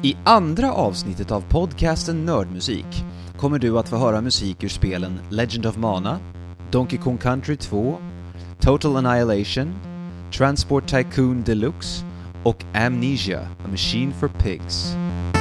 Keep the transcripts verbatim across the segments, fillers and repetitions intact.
I andra avsnittet av podcasten Nördmusik kommer du att få höra musik ur spelen Legend of Mana, Donkey Kong Country två, Total Annihilation, Transport Tycoon Deluxe och Amnesia, A Machine for Pigs.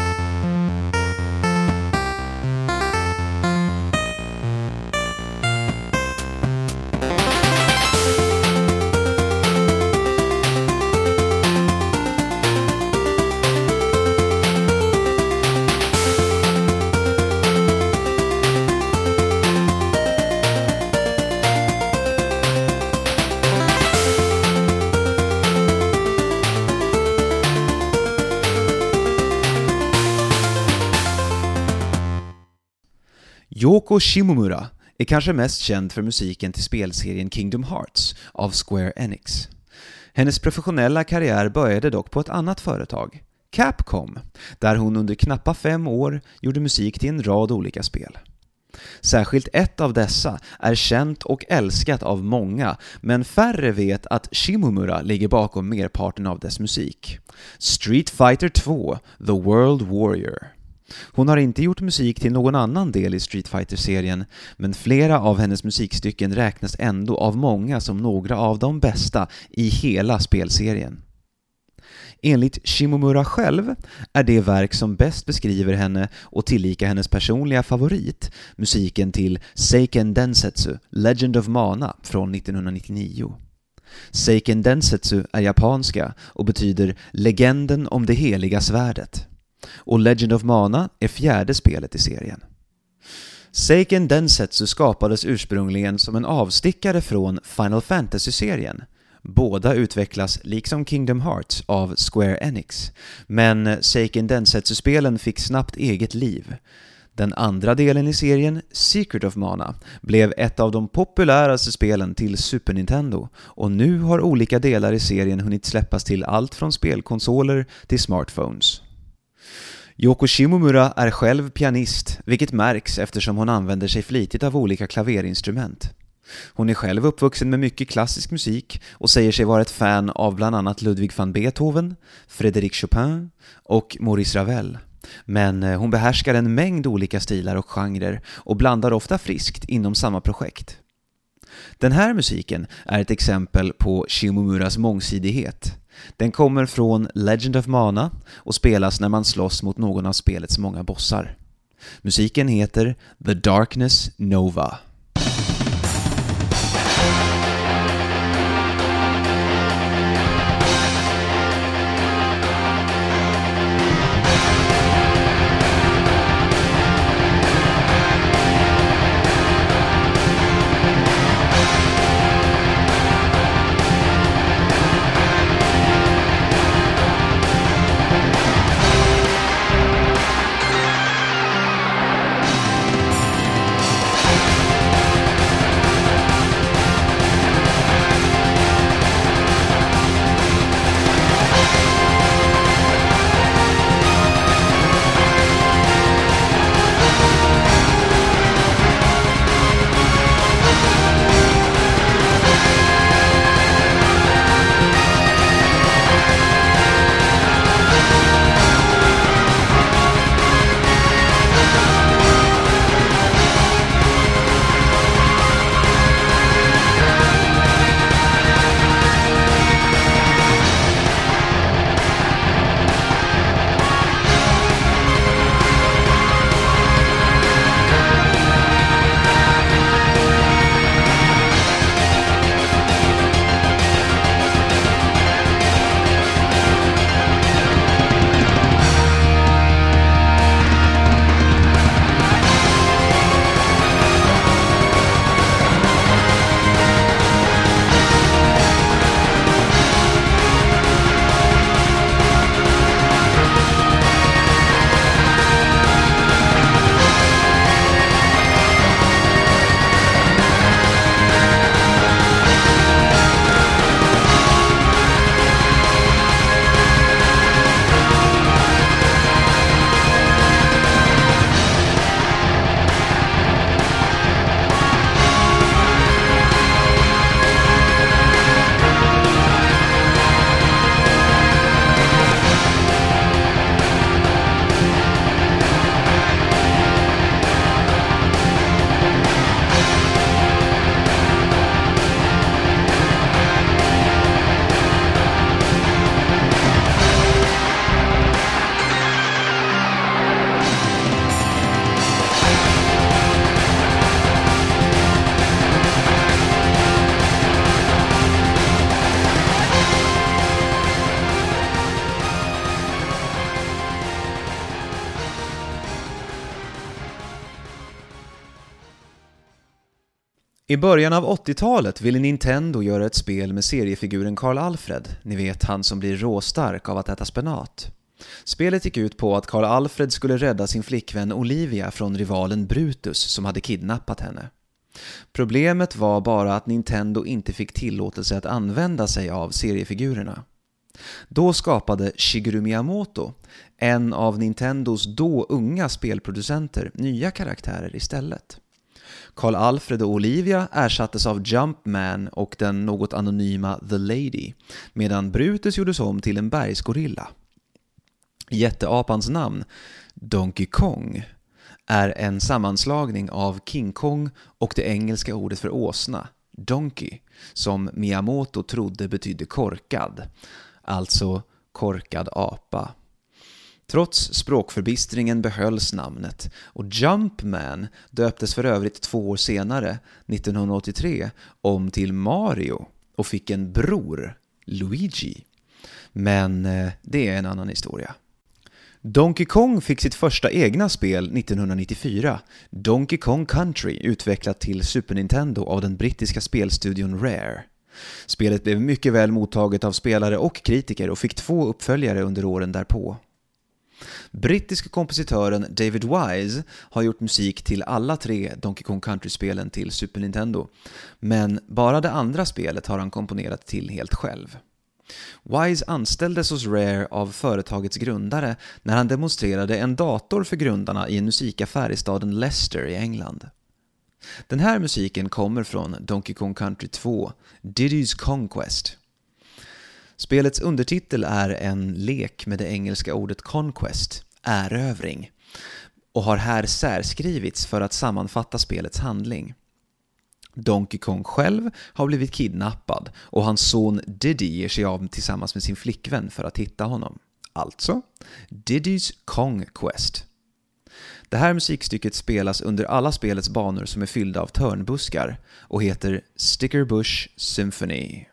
Yoko Shimomura är kanske mest känd för musiken till spelserien Kingdom Hearts av Square Enix. Hennes professionella karriär började dock på ett annat företag, Capcom, där hon under knappa fem år gjorde musik till en rad olika spel. Särskilt ett av dessa är känt och älskat av många, men färre vet att Shimomura ligger bakom merparten av dess musik. Street Fighter två, The World Warrior. Hon har inte gjort musik till någon annan del i Street Fighter-serien, men flera av hennes musikstycken räknas ändå av många som några av de bästa i hela spelserien. Enligt Shimomura själv är det verk som bäst beskriver henne och tillika hennes personliga favorit musiken till Seiken Densetsu, Legend of Mana från nittonhundranittionio. Seiken Densetsu är japanska och betyder legenden om det heliga svärdet. Och Legend of Mana är fjärde spelet i serien. Seiken Densetsu skapades ursprungligen som en avstickare från Final Fantasy-serien. Båda utvecklas liksom Kingdom Hearts av Square Enix, men Seiken Densetsu-spelen fick snabbt eget liv. Den andra delen i serien, Secret of Mana, blev ett av de populäraste spelen till Super Nintendo, och nu har olika delar i serien hunnit släppas till allt från spelkonsoler till smartphones. Yoko Shimomura är själv pianist, vilket märks eftersom hon använder sig flitigt av olika klaverinstrument. Hon är själv uppvuxen med mycket klassisk musik och säger sig vara ett fan av bland annat Ludwig van Beethoven, Frédéric Chopin och Maurice Ravel. Men hon behärskar en mängd olika stilar och genrer och blandar ofta friskt inom samma projekt. Den här musiken är ett exempel på Shimomuras mångsidighet. Den kommer från Legend of Mana och spelas när man slåss mot någon av spelets många bossar. Musiken heter The Darkness Nova. I början av åttiotalet ville Nintendo göra ett spel med seriefiguren Karl Alfred, ni vet han som blir råstark av att äta spenat. Spelet gick ut på att Karl Alfred skulle rädda sin flickvän Olivia från rivalen Brutus som hade kidnappat henne. Problemet var bara att Nintendo inte fick tillåtelse att använda sig av seriefigurerna. Då skapade Shigeru Miyamoto, en av Nintendos då unga spelproducenter, nya karaktärer istället. Karl Alfred och Olivia ersattes av Jumpman och den något anonyma The Lady, medan Brutus gjordes om till en bergsgorilla. Jätteapans namn, Donkey Kong, är en sammanslagning av King Kong och det engelska ordet för åsna, donkey, som Miyamoto trodde betydde korkad, alltså korkad apa. Trots språkförbistringen behölls namnet och Jumpman döptes för övrigt två år senare, nittonhundraåttiotre, om till Mario och fick en bror, Luigi. Men det är en annan historia. Donkey Kong fick sitt första egna spel nittonhundranittiofyra, Donkey Kong Country, utvecklat till Super Nintendo av den brittiska spelstudion Rare. Spelet blev mycket väl mottaget av spelare och kritiker och fick två uppföljare under åren därpå. Brittiska kompositören David Wise har gjort musik till alla tre Donkey Kong Country-spelen till Super Nintendo, men bara det andra spelet har han komponerat till helt själv. Wise anställdes hos Rare av företagets grundare när han demonstrerade en dator för grundarna i en musikaffär i staden Leicester i England. Den här musiken kommer från Donkey Kong Country två, Diddy's Conquest. Spelets undertitel är en lek med det engelska ordet conquest, erövring, och har här särskrivits för att sammanfatta spelets handling. Donkey Kong själv har blivit kidnappad och hans son Diddy ger sig av tillsammans med sin flickvän för att hitta honom. Alltså, Diddy's Kong Quest. Det här musikstycket spelas under alla spelets banor som är fyllda av törnbuskar och heter Stickerbush Symphony.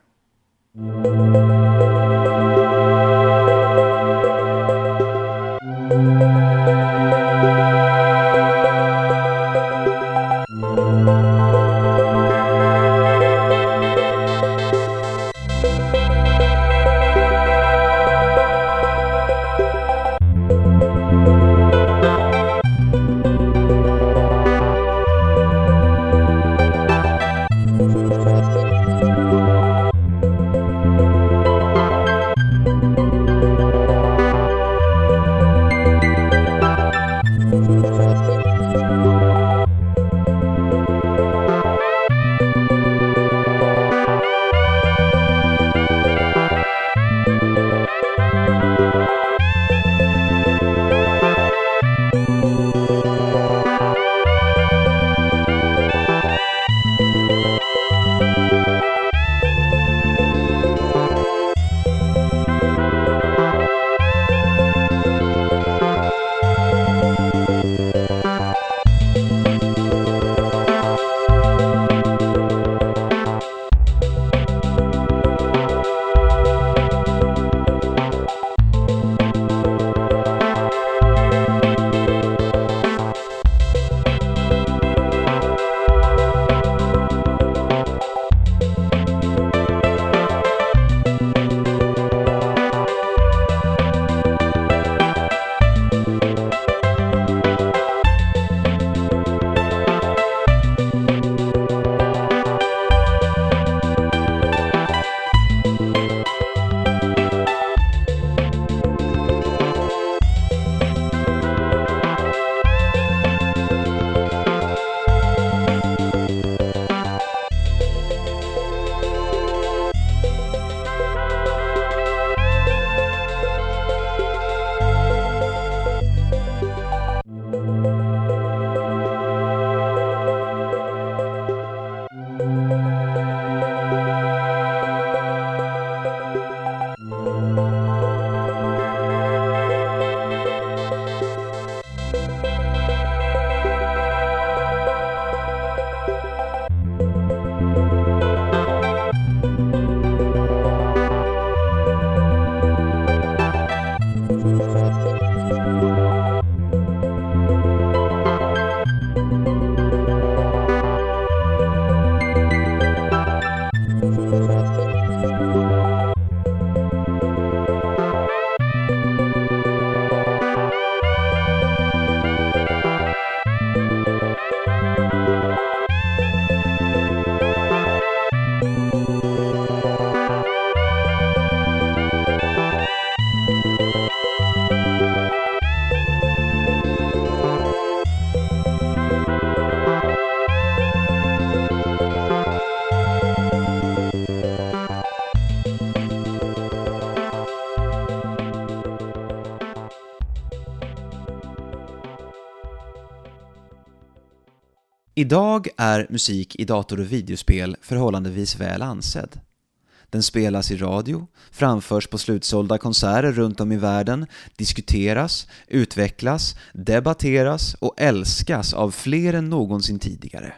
Idag är musik i dator- och videospel förhållandevis väl ansedd. Den spelas i radio, framförs på slutsålda konserter runt om i världen, diskuteras, utvecklas, debatteras och älskas av fler än någonsin tidigare.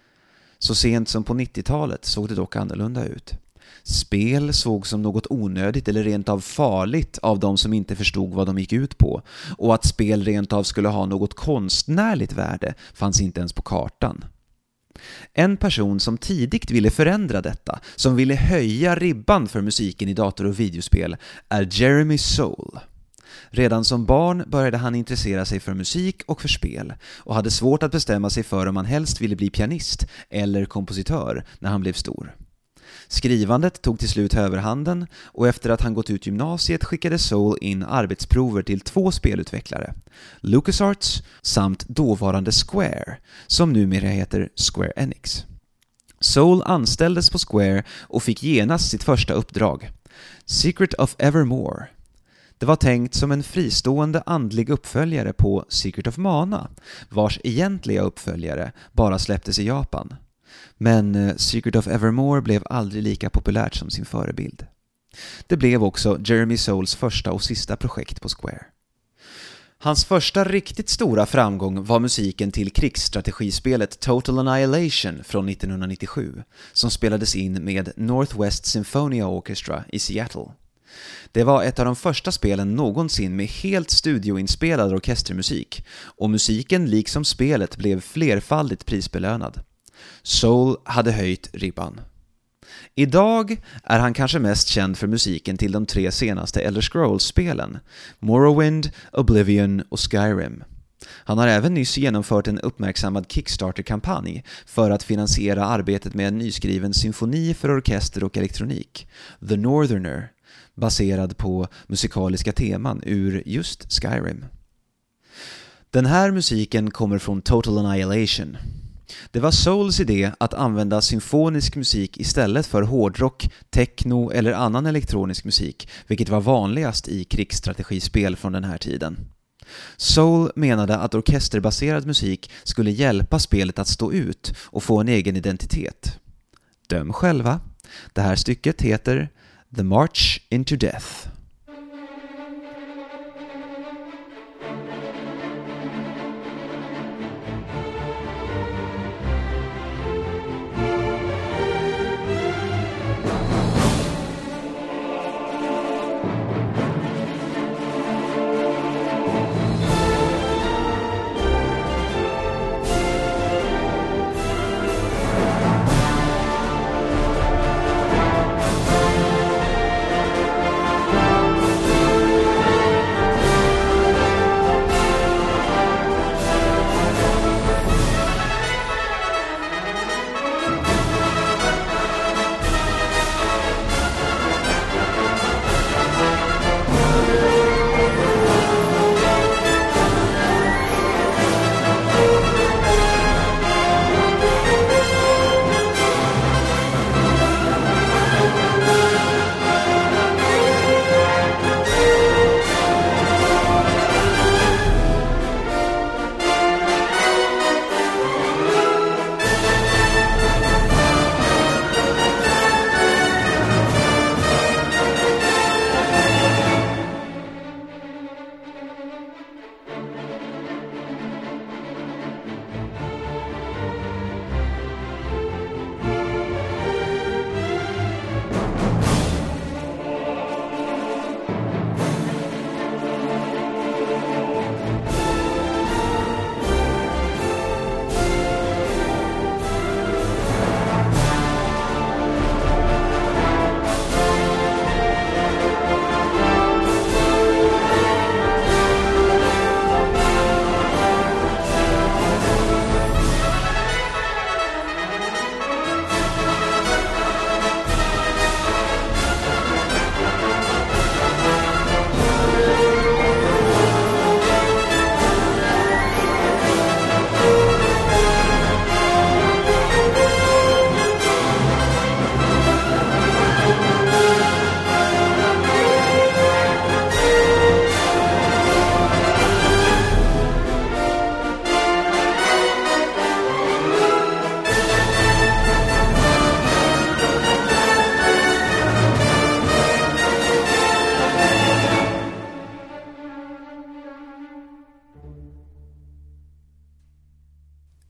Så sent som på nittiotalet såg det dock annorlunda ut. Spel såg som något onödigt eller rent av farligt av de som inte förstod vad de gick ut på, och att spel rent av skulle ha något konstnärligt värde fanns inte ens på kartan. En person som tidigt ville förändra detta, som ville höja ribban för musiken i dator- och videospel, är Jeremy Soule. Redan som barn började han intressera sig för musik och för spel och hade svårt att bestämma sig för om han helst ville bli pianist eller kompositör när han blev stor. Skrivandet tog till slut överhanden, och efter att han gått ut gymnasiet skickade Soule in arbetsprover till två spelutvecklare, LucasArts samt dåvarande Square, som numera heter Square Enix. Soule anställdes på Square och fick genast sitt första uppdrag, Secret of Evermore. Det var tänkt som en fristående andlig uppföljare på Secret of Mana, vars egentliga uppföljare bara släpptes i Japan. Men Secret of Evermore blev aldrig lika populärt som sin förebild. Det blev också Jeremy Soules första och sista projekt på Square. Hans första riktigt stora framgång var musiken till krigsstrategispelet Total Annihilation från nittonhundranittiosju, som spelades in med Northwest Symphonia Orchestra i Seattle. Det var ett av de första spelen någonsin med helt studioinspelad orkestermusik, och musiken liksom spelet blev flerfaldigt prisbelönad. Soule hade höjt ribban. Idag är han kanske mest känd för musiken till de tre senaste Elder Scrolls-spelen, Morrowind, Oblivion och Skyrim. Han har även nyss genomfört en uppmärksammad Kickstarter-kampanj för att finansiera arbetet med en nyskriven symfoni för orkester och elektronik, The Northerner, baserad på musikaliska teman ur just Skyrim. Den här musiken kommer från Total Annihilation. Det var Soules idé att använda symfonisk musik istället för hårdrock, techno eller annan elektronisk musik, vilket var vanligast i krigsstrategispel från den här tiden. Soule menade att orkesterbaserad musik skulle hjälpa spelet att stå ut och få en egen identitet. Döm själva. Det här stycket heter The March into Death.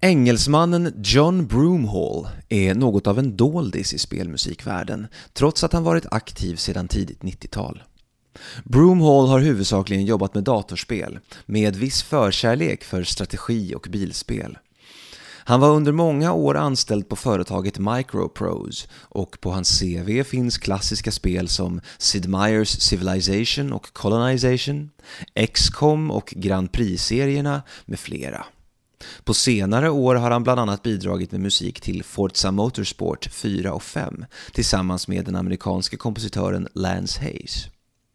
Engelsmannen John Broomhall är något av en doldis i spelmusikvärlden, trots att han varit aktiv sedan tidigt nittiotal. Broomhall har huvudsakligen jobbat med datorspel, med viss förkärlek för strategi och bilspel. Han var under många år anställd på företaget Microprose, och på hans C V finns klassiska spel som Sid Meier's Civilization och Colonization, X COM och Grand Prix-serierna med flera. På senare år har han bland annat bidragit med musik till Forza Motorsport fyra och fem tillsammans med den amerikanske kompositören Lance Hayes.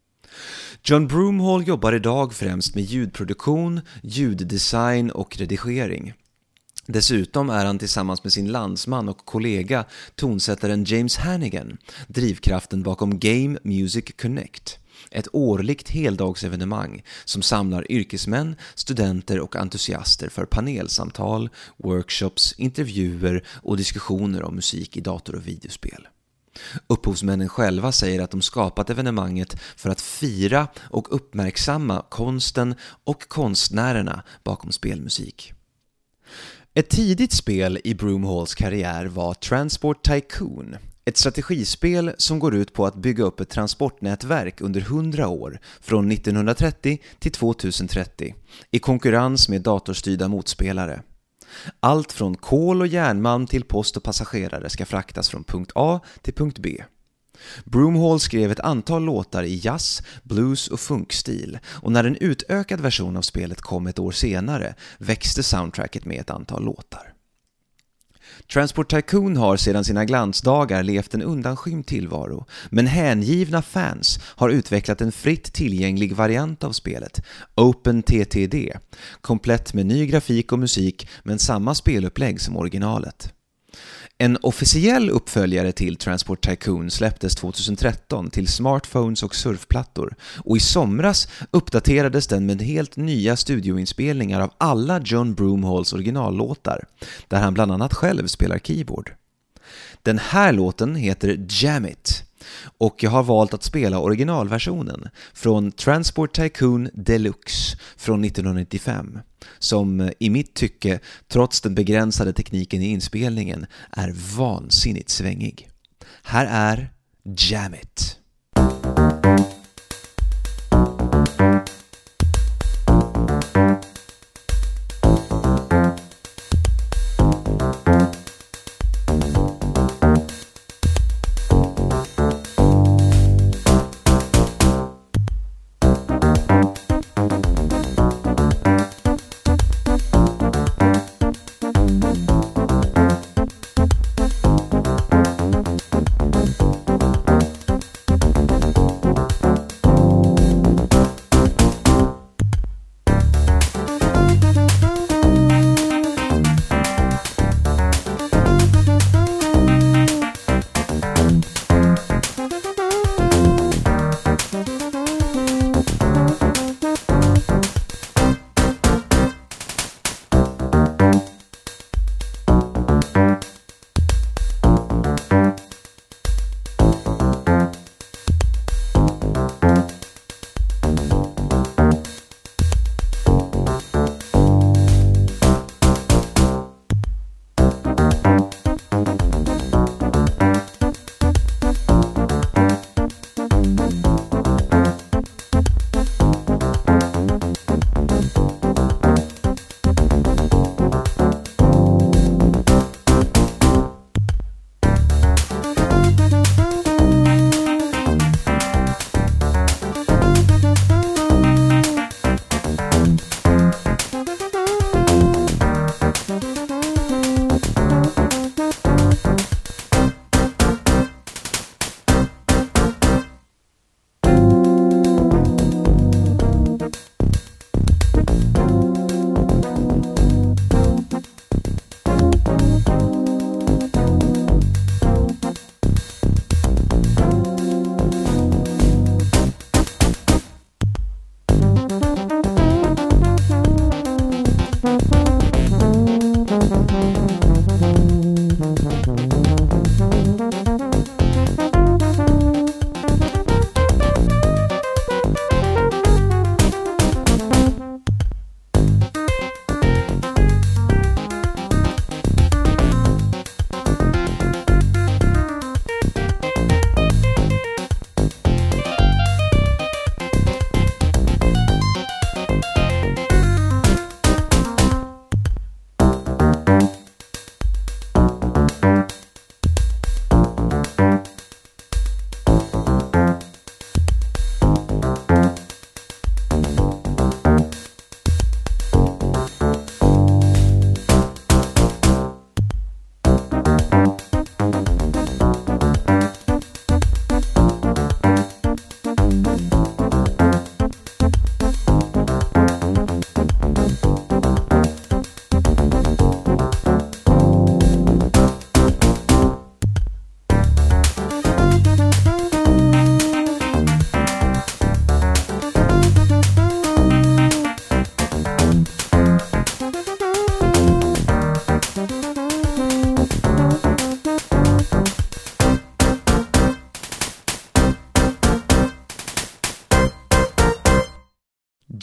John Broomhall jobbar idag främst med ljudproduktion, ljuddesign och redigering. Dessutom är han tillsammans med sin landsman och kollega tonsättaren James Hannigan drivkraften bakom Game Music Connect, ett årligt heldagsevenemang som samlar yrkesmän, studenter och entusiaster för panelsamtal, workshops, intervjuer och diskussioner om musik i dator- och videospel. Upphovsmännen själva säger att de skapat evenemanget för att fira och uppmärksamma konsten och konstnärerna bakom spelmusik. Ett tidigt spel i Broomhalls karriär var Transport Tycoon, ett strategispel som går ut på att bygga upp ett transportnätverk under hundra år, från nittonhundratrettio till tjugohundratrettio, i konkurrens med datorstyrda motspelare. Allt från kol och järnmalm till post och passagerare ska fraktas från punkt A till punkt B. Broomhall skrev ett antal låtar i jazz, blues och funkstil, och när en utökad version av spelet kom ett år senare växte soundtracket med ett antal låtar. Transport Tycoon har sedan sina glansdagar levt en undanskymd tillvaro, men hängivna fans har utvecklat en fritt tillgänglig variant av spelet, OpenTTD, komplett med ny grafik och musik men samma spelupplägg som originalet. En officiell uppföljare till Transport Tycoon släpptes tjugotretton till smartphones och surfplattor, och i somras uppdaterades den med helt nya studioinspelningar av alla John Broomhalls originallåtar, där han bland annat själv spelar keyboard. Den här låten heter Jam It, och jag har valt att spela originalversionen från Transport Tycoon Deluxe från nittonhundranittiofem, som i mitt tycke, trots den begränsade tekniken i inspelningen, är vansinnigt svängig. Här är Jam It.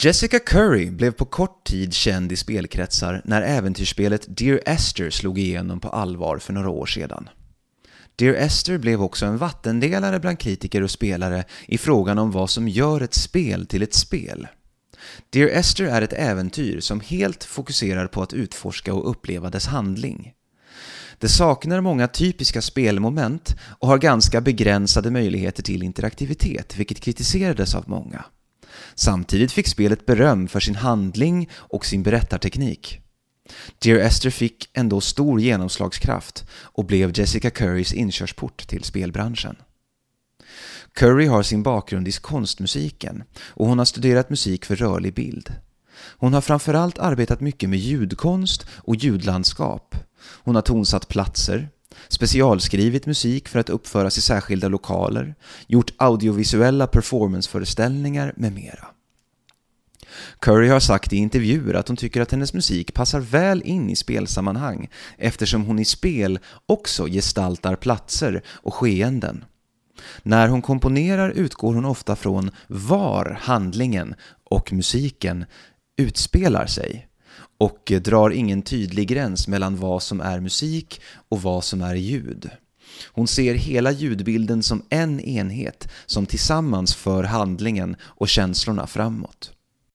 Jessica Curry blev på kort tid känd i spelkretsar när äventyrsspelet Dear Esther slog igenom på allvar för några år sedan. Dear Esther blev också en vattendelare bland kritiker och spelare i frågan om vad som gör ett spel till ett spel. Dear Esther är ett äventyr som helt fokuserar på att utforska och uppleva dess handling. Det saknar många typiska spelmoment och har ganska begränsade möjligheter till interaktivitet, vilket kritiserades av många. Samtidigt fick spelet beröm för sin handling och sin berättarteknik. Dear Esther fick ändå stor genomslagskraft och blev Jessica Currys inkörsport till spelbranschen. Curry har sin bakgrund i konstmusiken och hon har studerat musik för rörlig bild. Hon har framförallt arbetat mycket med ljudkonst och ljudlandskap. Hon har tonsatt platser, specialskrivit musik för att uppföras i särskilda lokaler, gjort audiovisuella performanceföreställningar med mera. Curry har sagt i intervjuer att hon tycker att hennes musik passar väl in i spelsammanhang eftersom hon i spel också gestaltar platser och skeenden. När hon komponerar utgår hon ofta från var handlingen och musiken utspelar sig och drar ingen tydlig gräns mellan vad som är musik och vad som är ljud. Hon ser hela ljudbilden som en enhet som tillsammans för handlingen och känslorna framåt.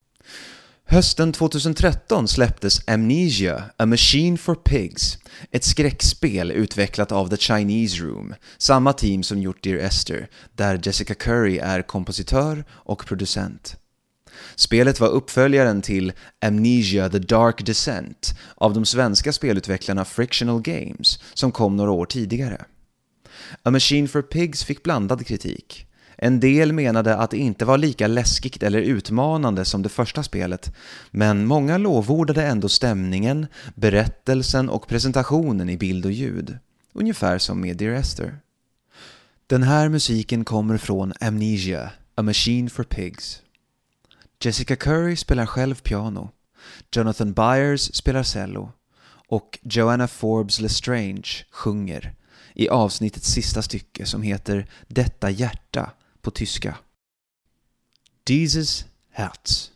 Hösten tjugohundratretton släpptes Amnesia, A Machine for Pigs, ett skräckspel utvecklat av The Chinese Room, samma team som gjort Dear Esther, där Jessica Curry är kompositör och producent. Spelet var uppföljaren till Amnesia The Dark Descent av de svenska spelutvecklarna Frictional Games som kom några år tidigare. A Machine for Pigs fick blandad kritik. En del menade att det inte var lika läskigt eller utmanande som det första spelet, men många lovordade ändå stämningen, berättelsen och presentationen i bild och ljud, ungefär som med Dear Esther. Den här musiken kommer från Amnesia, A Machine for Pigs. Jessica Curry spelar själv piano, Jonathan Byers spelar cello och Joanna Forbes Lestrange sjunger i avsnittets sista stycke som heter Detta hjärta på tyska. Dieses Herz.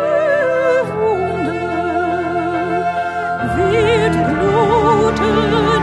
Wird blutet